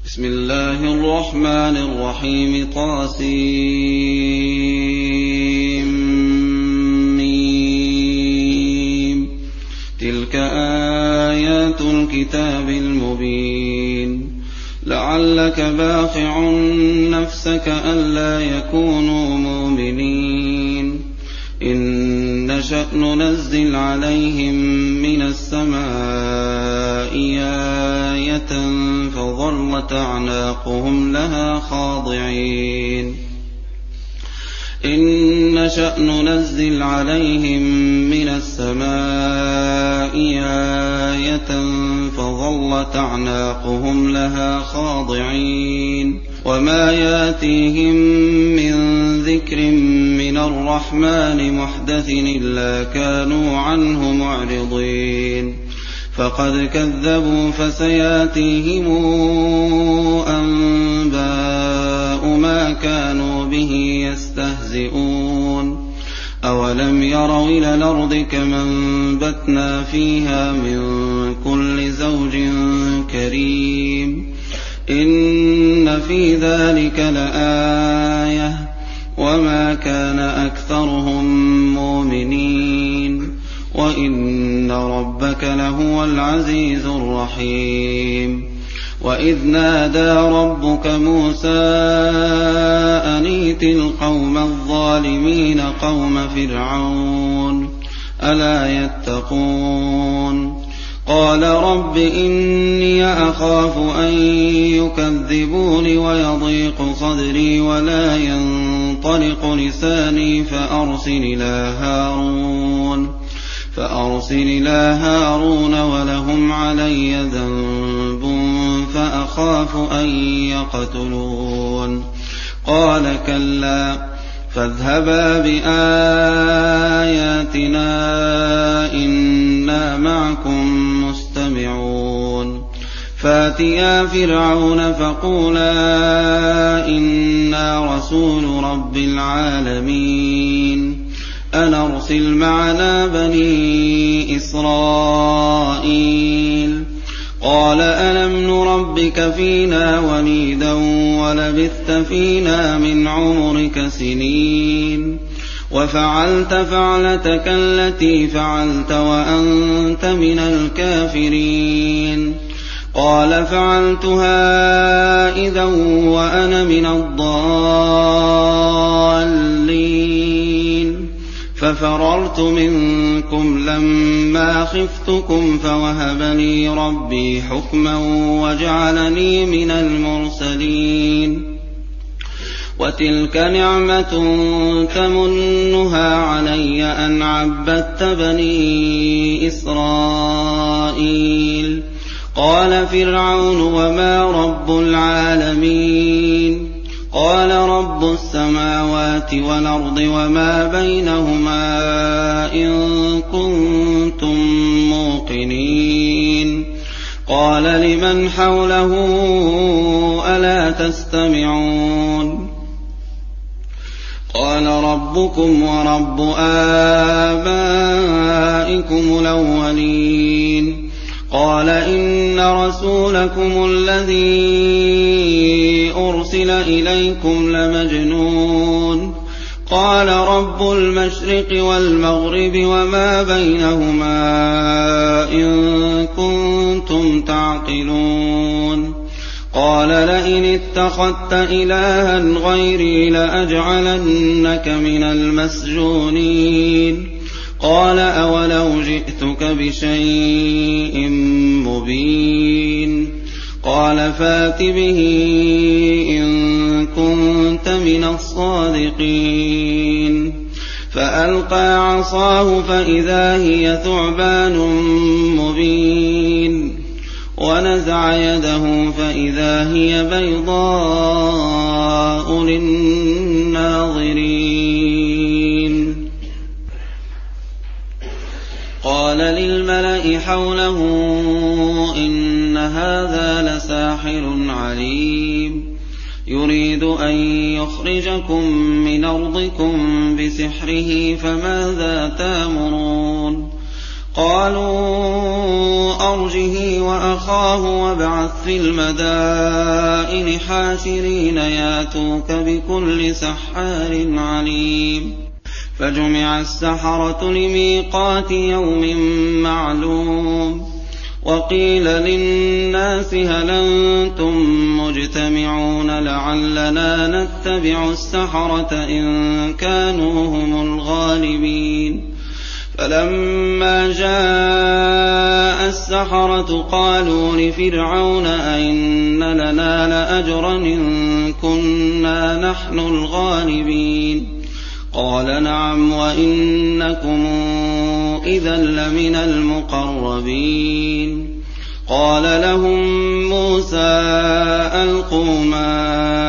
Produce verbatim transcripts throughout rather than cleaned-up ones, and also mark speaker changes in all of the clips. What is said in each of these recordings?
Speaker 1: بسم الله الرحمن الرحيم طاسيم تلك آيات الكتاب المبين لعلك باخع نفسك ألا يكونوا مؤمنين إن نشأ ننزل عليهم من السماء آية فظلت أعناقهم لها خاضعين إن نشأ ننزل عليهم من السماء آية فظلت أعناقهم لها خاضعين وما ياتيهم من ذكر من الرحمن محدث إلا كانوا عنه معرضين فقد كذبوا فسياتيهم أنباء ما كانوا به يستهزئون أولم يروا إلى الأرض كما أنبتنا فيها من كل زوج كريم إن في ذلك لآية وما كان أكثرهم مؤمنين وإن ربك لهو العزيز الرحيم وإذ نادى ربك موسى أن ائت القوم الظالمين قوم فرعون ألا يتقون قال رب إني أخاف أن يكذبون ويضيق صدري ولا ينطلق لساني فأرسل إلى هارون فأرسل إلى هارون ولهم علي ذنب فأخاف أن يقتلون قال كلا فاذهبا بآياتنا إنا معكم مستمعون فاتيا فرعون فقولا إنا رسول رب العالمين أن أرسل معنا بني إسرائيل قال ألم نربك فينا وليدا ولبثت فينا من عمرك سنين وفعلت فعلتك التي فعلت وأنت من الكافرين قال فعلتها إذا وأنا من الضالين ففررت منكم لما خفتكم فوهب لي ربي حكما وجعلني من المرسلين وتلك نعمة تمنها علي أن عبدت بني إسرائيل قال فرعون وما رب العالمين قال رب السماوات والأرض وما بينهما إن كنتم موقنين قال لمن حوله ألا تستمعون قال ربكم ورب آبائكم الأولين قال إن رسولكم الذي أرسل إليكم لمجنون قال رب المشرق والمغرب وما بينهما إن كنتم تعقلون قال لئن اتخذت إلها غيري لأجعلنك من المسجونين قال أولو جئتك بشيء مبين قال فات به إن كنت من الصادقين فألقى عصاه فإذا هي ثعبان مبين ونزع يده فإذا هي بيضاء للناظرين قال للملأ حوله إن هذا لساحر عليم يريد أن يخرجكم من أرضكم بسحره فماذا تأمرون قالوا أرجه وأخاه وابعث في المدائن حاشرين ياتوك بكل سحار عليم فجمع السحرة لميقات يوم معلوم وقيل للناس هل أنتم مجتمعون لعلنا نتبع السحرة إن كانوا هم الغالبين فلما جاء السحرة قالوا لفرعون أئن لنا لأجرا إن كنا نحن الغالبين قال نعم وإنكم إذا لمن المقربين قال لهم موسى ألقوا ما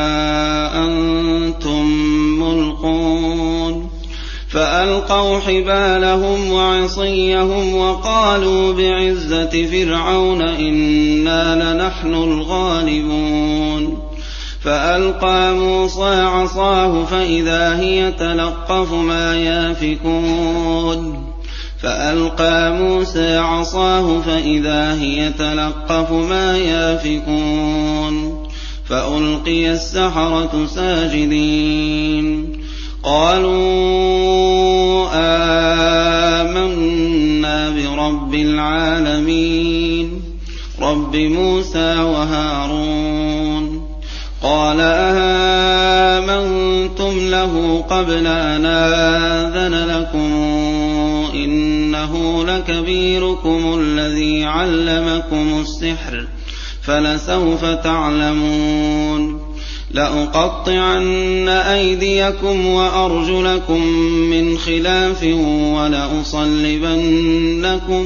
Speaker 1: أنتم ملقون فألقوا حبالهم وعصيهم وقالوا بعزة فرعون إنا لنحن الغالبون فألقى موسى عصاه فإذا هي تلقف ما يافكون فألقى موسى عصاه فإذا هي تلقف ما يافكون فألقي السحرة ساجدين قالوا آمنا برب العالمين رب موسى وهارون قال آمنتم له قبل أن آذن لكم إنه لكبيركم الذي علمكم السحر فلسوف تعلمون لأقطعن أيديكم وأرجلكم من خلاف ولأصلبنكم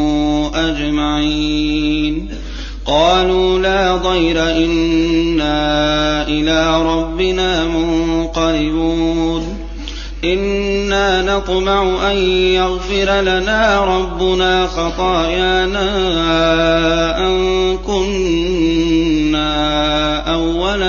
Speaker 1: أجمعين قالوا لا ضير إنا إلى ربنا منقلبون إنا نطمع أن يغفر لنا ربنا خطايانا أن كنا أول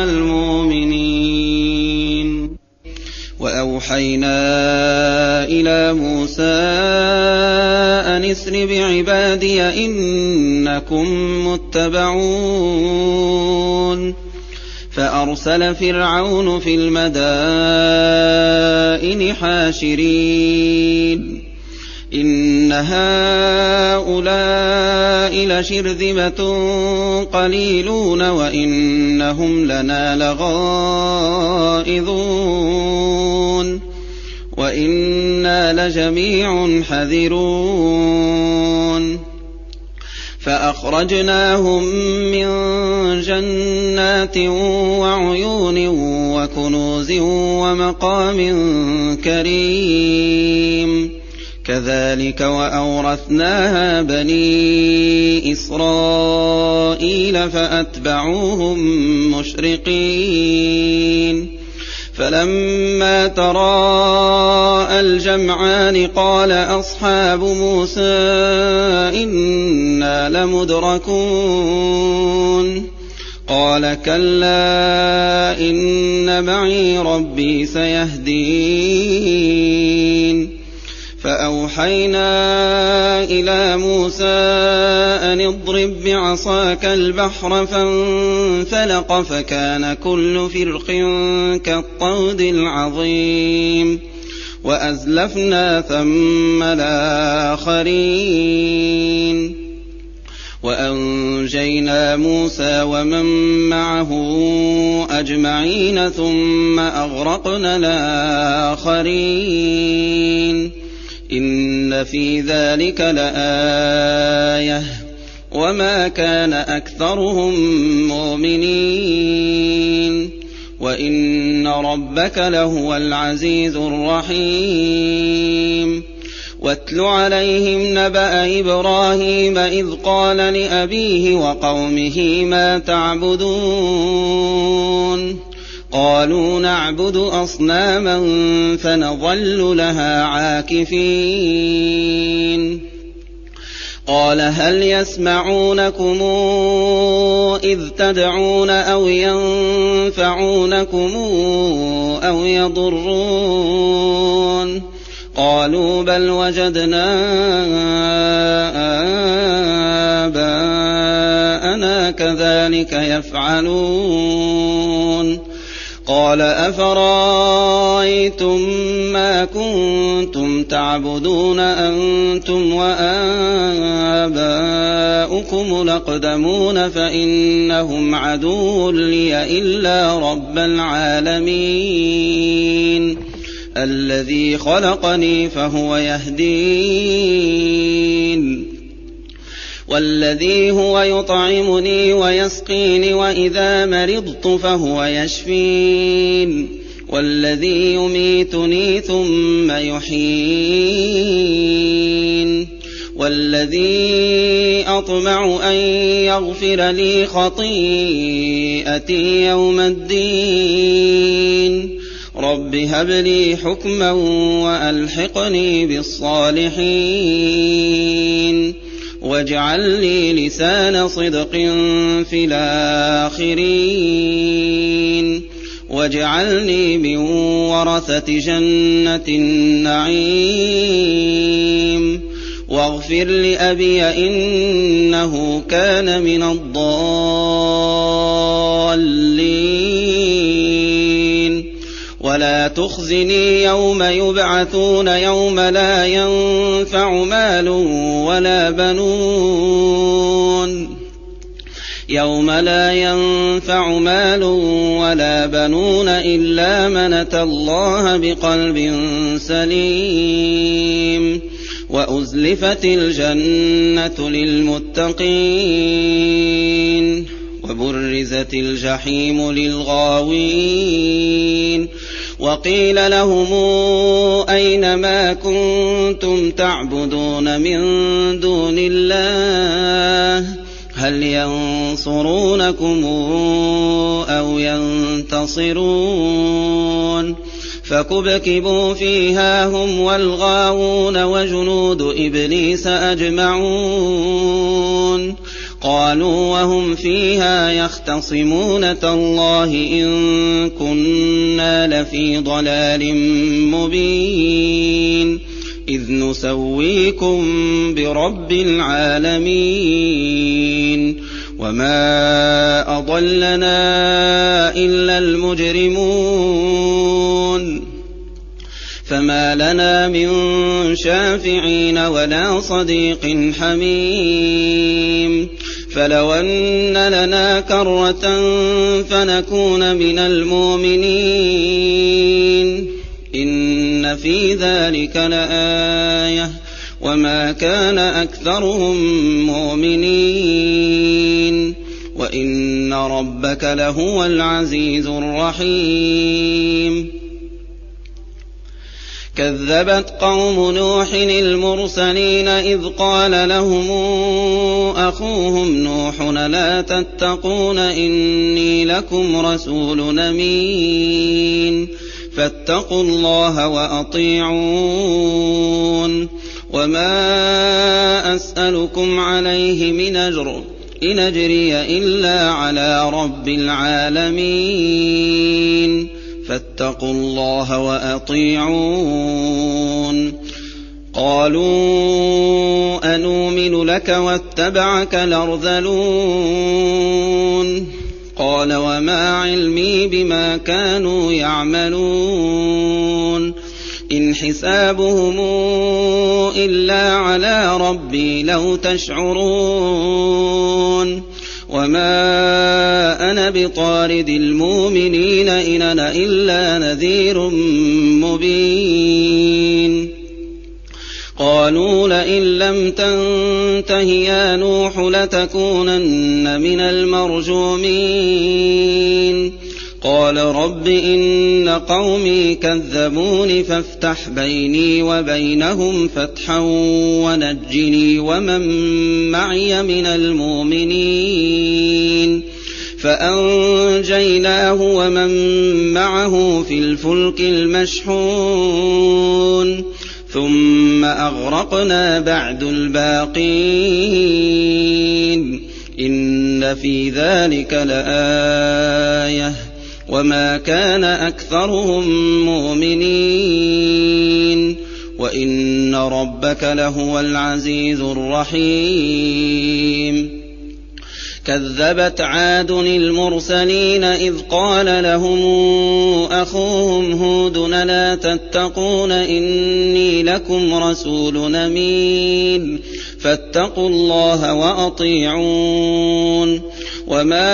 Speaker 1: المؤمنين وأوحينا إلى موسى أن اسر بعبادي إنكم متبعون فأرسل فرعون في المدائن حاشرين إن هؤلاء لشرذمة قليلون وإنهم لنا لغائظون وإنا لجميع حذرون فأخرجناهم من جنات وعيون وكنوز ومقام كريم كذلك وأورثناها بني إسرائيل فأتبعوهم مشرقين فلما تراءى الجمعان قال أصحاب موسى إنا لمدركون قال كلا إن معي ربي سيهدين فأوحينا إلى موسى أن اضرب بعصاك البحر فانفلق فكان كل فرق كالطود العظيم وأزلفنا ثم الآخرين وأنجينا موسى ومن معه أجمعين ثم أغرقنا الآخرين إن في ذلك لآية وما كان أكثرهم مؤمنين وإن ربك لهو العزيز الرحيم واتل عليهم نبأ إبراهيم إذ قال لأبيه وقومه ما تعبدون قالوا نعبد أصناما فنظل لها عاكفين قال هل يسمعونكم إذ تدعون أو ينفعونكم أو يضرون قالوا بل وجدنا آباءنا كذلك يفعلون قال أفرأيتم ما كنتم تعبدون أنتم وآباؤكم الأقدمون فإنهم عدو لي إلا رب العالمين الذي خلقني فهو يهدين والذي هو يطعمني ويسقين وإذا مرضت فهو يشفين والذي يميتني ثم يحيين والذي أطمع أن يغفر لي خطيئتي يوم الدين رب هب لي حكما وألحقني بالصالحين واجعل لي لسان صدق في الآخرين واجعلني من ورثة جنة النعيم واغفر لأبي إنه كان من الضالين ولا تخزني يوم يبعثون يوم لا ينفع مال ولا بنون يوم لا ينفع مال ولا بنون إلا من أتى الله بقلب سليم وأزلفت الجنة للمتقين وبرزت الجحيم للغاوين وقيل لهم أين ما كنتم تعبدون من دون الله هل ينصرونكم أو ينتصرون فكبكبوا فيها هم والغاوون وجنود إبليس أجمعون قالوا وهم فيها يختصمون تالله إن كنا لفي ضلال مبين إذ نسويكم برب العالمين وما أضلنا إلا المجرمون فما لنا من شافعين ولا صديق حميم فلو أن لنا كرة فنكون من المؤمنين إن في ذلك لآية وما كان أكثرهم مؤمنين وإن ربك لهو العزيز الرحيم كذبت قوم نوح المرسلين إذ قال لهم أخوهم نوح لا تتقون إني لكم رسول أمين فاتقوا الله وأطيعون وما أسألكم عليه من أجر إن أجري إلا على رب العالمين فاتقوا الله وأطيعون قالوا أنؤمن لك واتبعك الأرذلون قال وما علمي بما كانوا يعملون إن حسابهم إلا على ربي لو تشعرون وما أنا بطارد المؤمنين إن أنا إلا نذير مبين قالوا لئن لم تنته يا نوح لتكونن من المرجومين قال رب إن قومي كذبون فافتح بيني وبينهم فتحا ونجني ومن معي من المؤمنين فأنجيناه ومن معه في الفلك المشحون ثم أغرقنا بعد الباقين إن في ذلك لآية وما كان أكثرهم مؤمنين وإن ربك لهو العزيز الرحيم كذبت عاد المرسلين إذ قال لهم أخوهم هود لا تتقون إني لكم رسول أمين فاتقوا الله وأطيعون وما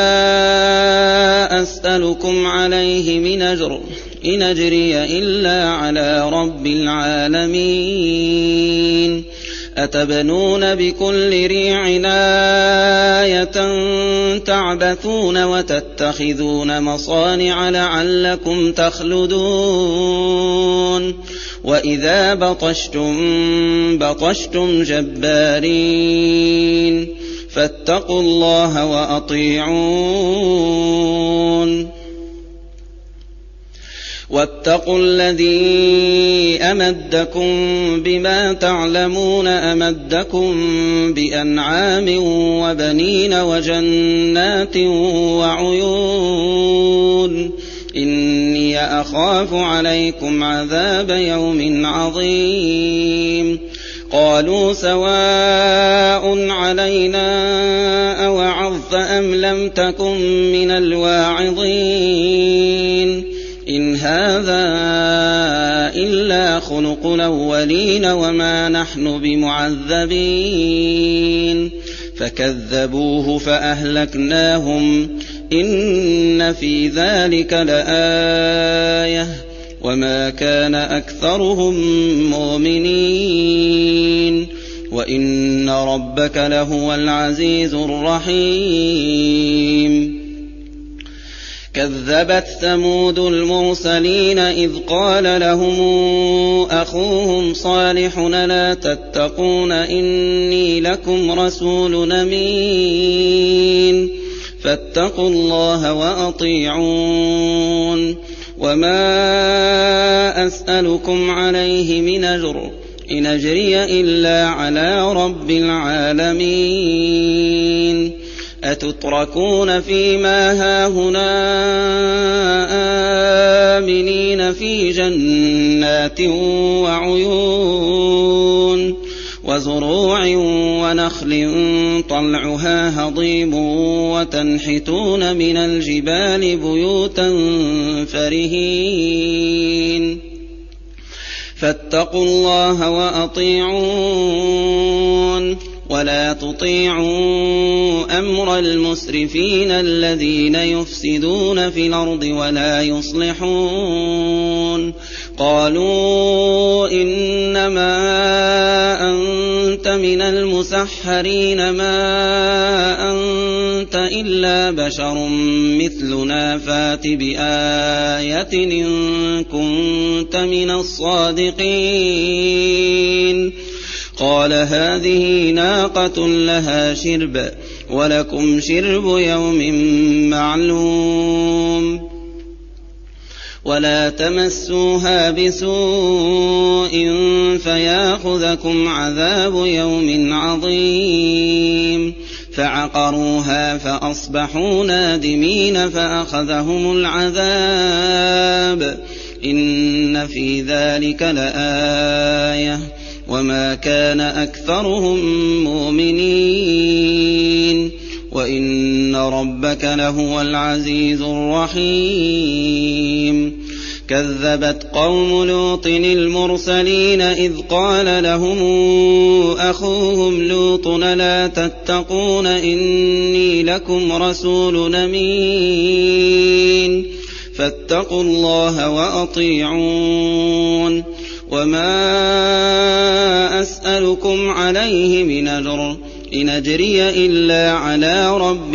Speaker 1: أسألكم عليه من أجر إن أجري إلا على رب العالمين أتبنون بكل ريع آية تعبثون وتتخذون مصانع لعلكم تخلدون وإذا بطشتم بطشتم جبارين فاتقوا الله وأطيعون واتقوا الذي أمدكم بما تعلمون أمدكم بأنعام وبنين وجنات وعيون إني أخاف عليكم عذاب يوم عظيم قالوا سواء علينا أوعظت أم لم تكن من الواعظين إن هذا إلا خلق الأولين وما نحن بمعذبين فكذبوه فأهلكناهم إن في ذلك لآية وما كان أكثرهم مؤمنين وإن ربك لهو العزيز الرحيم كذبت ثمود المرسلين إذ قال لهم أخوهم صالح لا تتقون إني لكم رسول أمين فاتقوا الله وأطيعون وما أسألكم عليه من أجر إن أجري إلا على رب العالمين أتتركون فيما هاهنا آمنين في جنات وعيون وزروع ونخل طلعها هضيم وتنحتون من الجبال بيوتا فرهين فاتقوا الله وأطيعون ولا تطيعوا أمر المسرفين الذين يفسدون في الأرض ولا يصلحون قالوا إنما أنت من المسحرين ما أنت إلا بشر مثلنا فات بآية إن كنت من الصادقين قال هذه ناقة لها شرب ولكم شرب يوم معلوم ولا تمسوها بسوء فياخذكم عذاب يوم عظيم فعقروها فأصبحوا نادمين فأخذهم العذاب إن في ذلك لآية وما كان أكثرهم مؤمنين وإن ربك لهو العزيز الرحيم كذبت قوم لوط المرسلين إذ قال لهم أخوهم لوط لا تتقون إني لكم رسول أمين فاتقوا الله وأطيعون وما أسألكم عليه من أجر إن أجري إلا على رب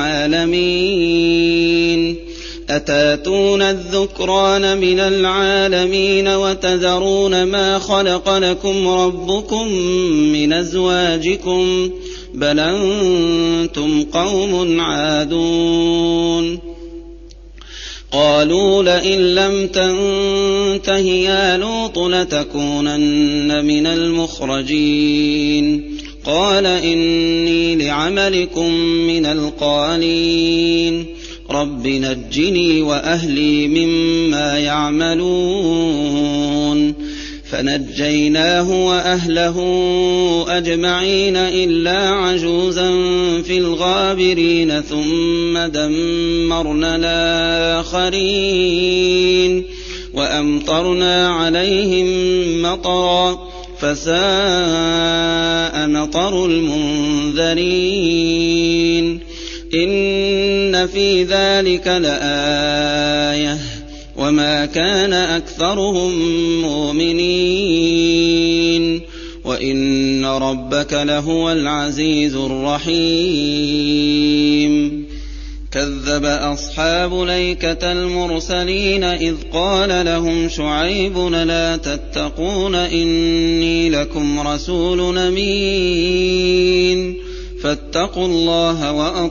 Speaker 1: العالمين أتاتون الذكران من العالمين وتذرون ما خلق لكم ربكم من أزواجكم بل أنتم قوم عادون قالوا لئن لم تنته يا لوط لتكونن من المخرجين قال إني لعملكم من القالين رب نجني وأهلي مما يعملون فنجيناه وأهله أجمعين إلا عجوزا في الغابرين ثم دمرنا الآخرين وأمطرنا عليهم مطرا فساء مطر المنذرين إن في ذلك لآية وما كان أكثرهم مؤمنين وإن ربك لهو العزيز الرحيم كذب أصحاب الأيكة المرسلين إذ قال لهم شعيب لا تتقون إني لكم رسول أمين فاتقوا الله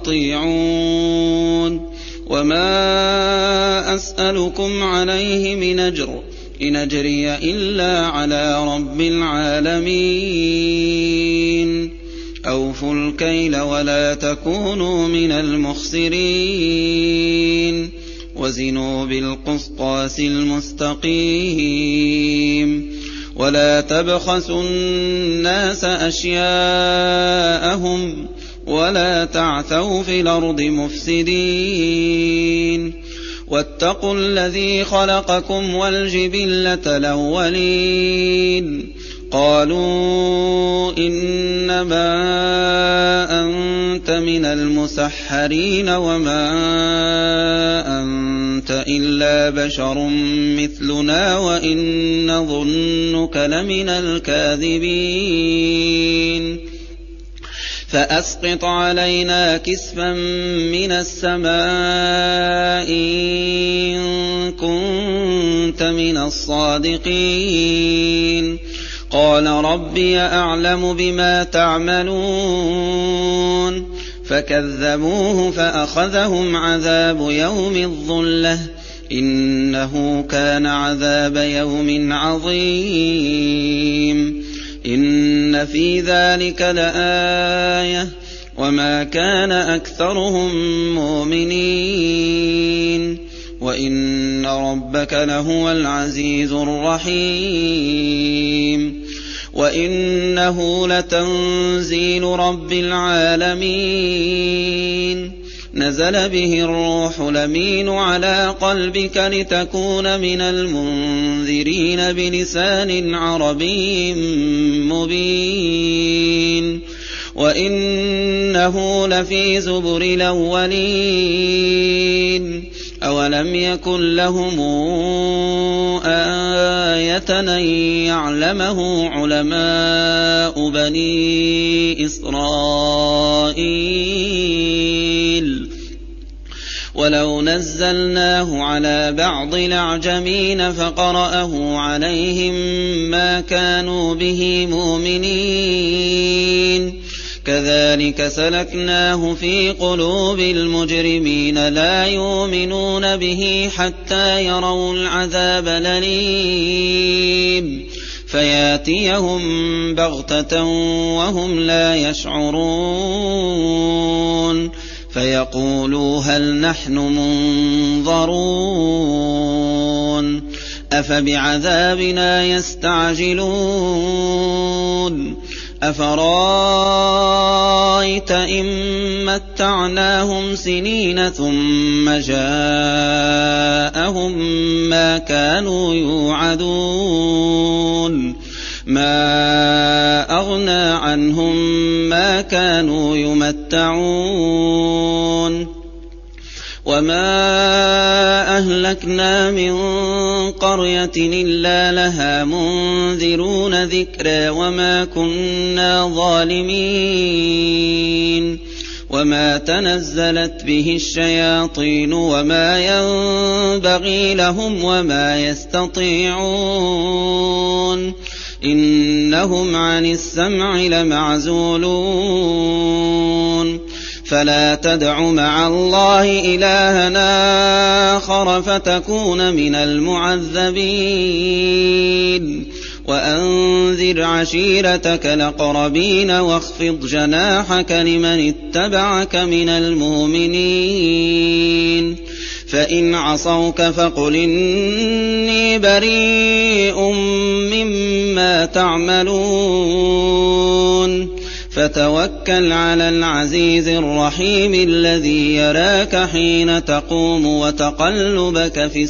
Speaker 1: وأطيعون وما أسألكم عليه من أجر إن أجري إلا على رب العالمين أوفوا الكيل ولا تكونوا من المخسرين وزنوا بالقسطاس المستقيم ولا تبخسوا الناس أشياءهم ولا تعثوا في الأرض مفسدين واتقوا الذي خلقكم والجبلة الأولين قالوا إنما أنت من المسحرين وما أنت إلا بشر مثلنا وإن نظنك لمن الكاذبين فأسقط علينا كسفا من السماء إن كنت من الصادقين قال ربي أعلم بما تعملون فكذبوه فأخذهم عذاب يوم الظلة إنه كان عذاب يوم عظيم إن في ذلك لآية وما كان أكثرهم مؤمنين وإن ربك لهو العزيز الرحيم وإنه لتنزيل رب العالمين نزل به الروح الأمين على قلبك لتكون من المنذرين بلسان عربي مبين وإنه لفي زبر الأولين أولم يكن لهم آية أن يعلمه علماء بني إسرائيل ولو نزلناه على بعض الأعجمين فقرأه عليهم ما كانوا به مؤمنين كذلك سلكناه في قلوب المجرمين لا يؤمنون به حتى يروا العذاب الأليم فياتيهم بغتة وهم لا يشعرون فيقولوا هل نحن منظرون أفبعذابنا يستعجلون أفرأيت إن متعناهم سنين ثم جاءهم ما كانوا يوعدون ما أغنى عنهم ما كانوا يمتعون وما أهلكنا من قرية إلا لها منذرون ذكرى وما كنا ظالمين وما تنزلت به الشياطين وما ينبغي لهم وما يستطيعون إنهم عن السمع لمعزولون فلا تدع مع الله إلها آخر فتكون من المعذبين وأنذر عشيرتك الأقربين واخفض جناحك لمن اتبعك من المؤمنين فإن عصوك فقل إني بريء مما تعملون فتوكل على العزيز الرحيم الذي يراك حين تقوم وتقلبك في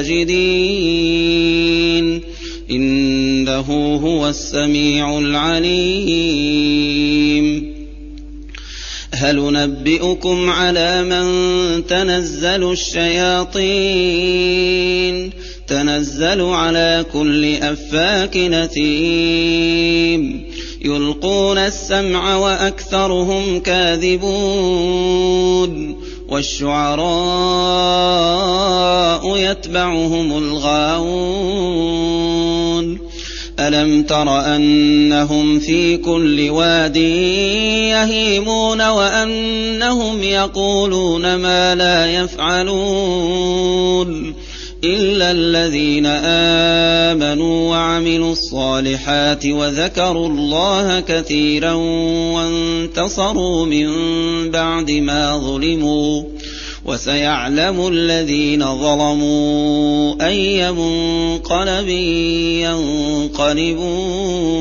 Speaker 1: الساجدين إنه هو السميع العليم هل ننبئكم على من تنزل الشياطين تنزل على كل أفاك نثيم يلقون السمع وأكثرهم كاذبون والشعراء يتبعهم الغاوون ألم تر أنهم في كل واد يهيمون وأنهم يقولون ما لا يفعلون إلا الذين آمنوا وعملوا الصالحات وذكروا الله كثيرا وانتصروا من بعد ما ظلموا وسيعلم الذين ظلموا أي منقلب ينقلبون